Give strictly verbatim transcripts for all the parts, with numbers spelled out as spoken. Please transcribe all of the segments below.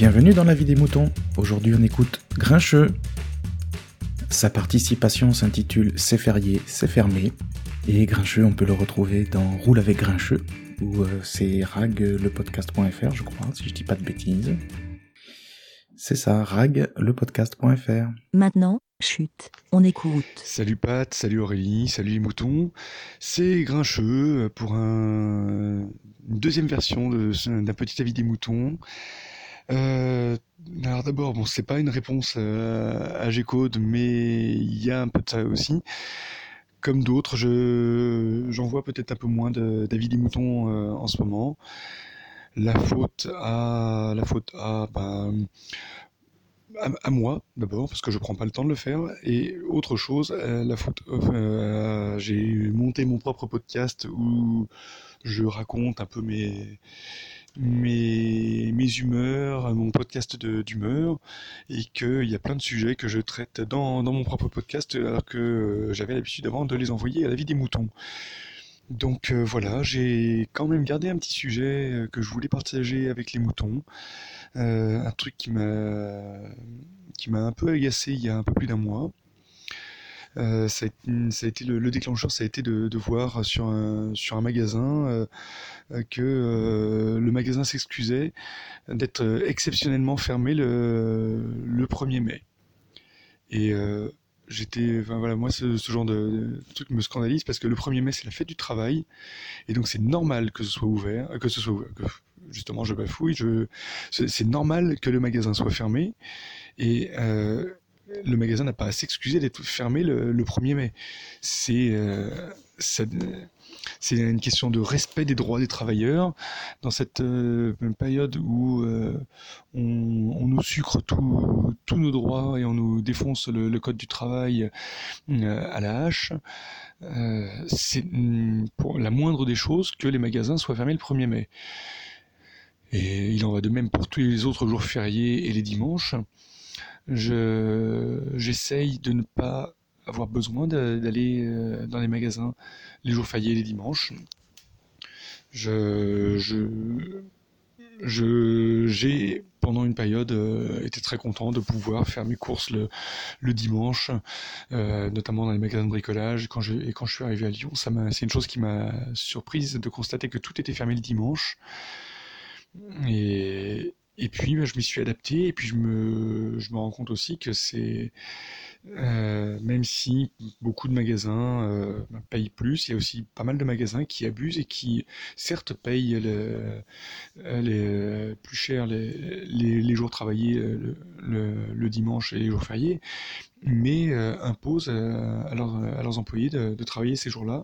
Bienvenue dans la vie des moutons. Aujourd'hui on écoute Grincheux. Sa participation s'intitule C'est férié, c'est fermé. Et Grincheux, on peut le retrouver dans Roule avec Grincheux, où euh, c'est rag le podcast point f r, je crois, si je dis pas de bêtises. C'est ça, rag le podcast point f r. Maintenant, chut, on écoute. Salut Pat, salut Aurélie, salut les moutons. C'est Grincheux pour un... une deuxième version de... d'un petit avis des moutons. Euh, alors d'abord, bon, c'est pas une réponse euh, à G-Code, mais il y a un peu de ça aussi. Comme d'autres, je j'en vois peut-être un peu moins de, d'avis des moutons euh, en ce moment. La faute à la faute à, bah, à, à moi d'abord, parce que je prends pas le temps de le faire. Et autre chose, euh, la faute, euh, j'ai monté mon propre podcast où je raconte un peu mes mes, mes humeurs, mon podcast de, d'humeur, et qu'il y a plein de sujets que je traite dans, dans mon propre podcast, alors que euh, j'avais l'habitude avant de les envoyer à la vie des moutons. Donc euh, voilà, j'ai quand même gardé un petit sujet euh, que je voulais partager avec les moutons, euh, un truc qui m'a, qui m'a un peu agacé il y a un peu plus d'un mois. Euh, ça, a été, ça a été le, le déclencheur, ça a été de, de voir sur un, sur un magasin euh, que euh, le magasin s'excusait d'être exceptionnellement fermé le, le premier mai. Et euh, j'étais, enfin voilà, moi ce, ce genre de, de truc me scandalise parce que le premier mai c'est la fête du travail et donc c'est normal que ce soit ouvert, que ce soit ouvert, que justement je bafouille, je, c'est, c'est normal que le magasin soit fermé et euh, le magasin n'a pas à s'excuser d'être fermé le, le premier mai. C'est, euh, ça, c'est une question de respect des droits des travailleurs dans cette euh, période où euh, on, on nous sucre tous nos droits et on nous défonce le, le code du travail euh, à la hache. Euh, c'est pour la moindre des choses que les magasins soient fermés le premier mai. Et il en va de même pour tous les autres jours fériés et les dimanches. Je, j'essaye de ne pas avoir besoin de, d'aller euh, dans les magasins les jours fériés et les dimanches. Je, je, je, j'ai pendant une période euh, été très content de pouvoir faire mes courses le, le dimanche, euh, notamment dans les magasins de bricolage. Quand je, et quand je suis arrivé à Lyon, ça m'a, c'est une chose qui m'a surprise de constater que tout était fermé le dimanche. Et Et puis bah, je m'y suis adapté et puis je me, je me rends compte aussi que c'est, euh, même si beaucoup de magasins euh, payent plus, il y a aussi pas mal de magasins qui abusent et qui certes payent le, les, plus cher les, les, les jours travaillés le, le, le dimanche et les jours fériés, mais euh, imposent à leurs, à leurs employés de, de travailler ces jours-là.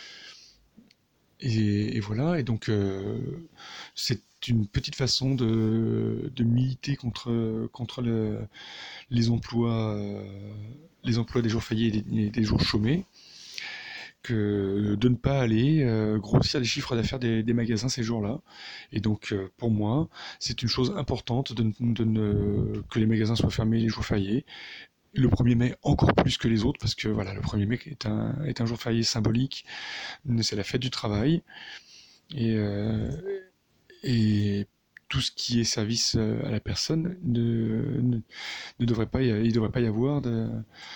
Et, et voilà, et donc euh, c'est une petite façon de, de militer contre, contre le, les emplois euh, les emplois des jours fériés et des, des jours chômés, que de ne pas aller euh, grossir les chiffres d'affaires des, des magasins ces jours-là. Et donc euh, pour moi, c'est une chose importante de, de ne, que les magasins soient fermés les jours fériés. Le premier mai encore plus que les autres, parce que voilà, le premier mai est un, est un jour férié symbolique, c'est la fête du travail, et, euh, et tout ce qui est service à la personne ne, ne, ne devrait pas y, il ne devrait pas y avoir de,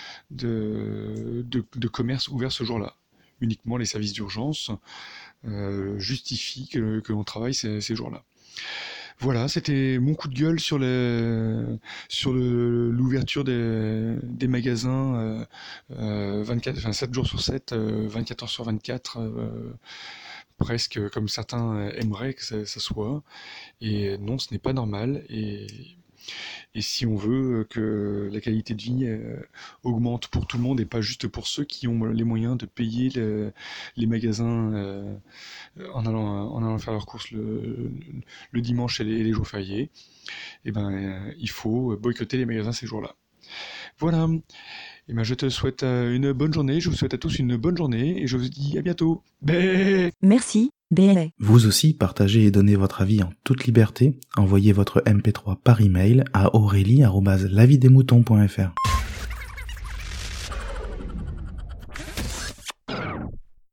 de, de, de commerce ouvert ce jour-là. Uniquement les services d'urgence euh, justifient que, que l'on travaille ces, ces jours-là. Voilà, c'était mon coup de gueule sur, les, sur le, l'ouverture des, des magasins euh, vingt-quatre, enfin, sept jours sur sept, euh, vingt-quatre heures sur vingt-quatre, euh, presque comme certains aimeraient que ça, ça soit. Et non, ce n'est pas normal. Et, et si on veut que la qualité de vie euh, augmente pour tout le monde et pas juste pour ceux qui ont les moyens de payer le, les magasins euh, en, allant, en allant faire leurs courses le, le dimanche et les, les jours fériés, et ben, euh, il faut boycotter les magasins ces jours-là. Voilà. Et ben, je te souhaite une bonne journée, je vous souhaite à tous une bonne journée et je vous dis à bientôt. Bé Merci. B. Vous aussi, partagez et donnez votre avis en toute liberté. Envoyez votre M P trois par email à aurélie arobase la vie des moutons point f r.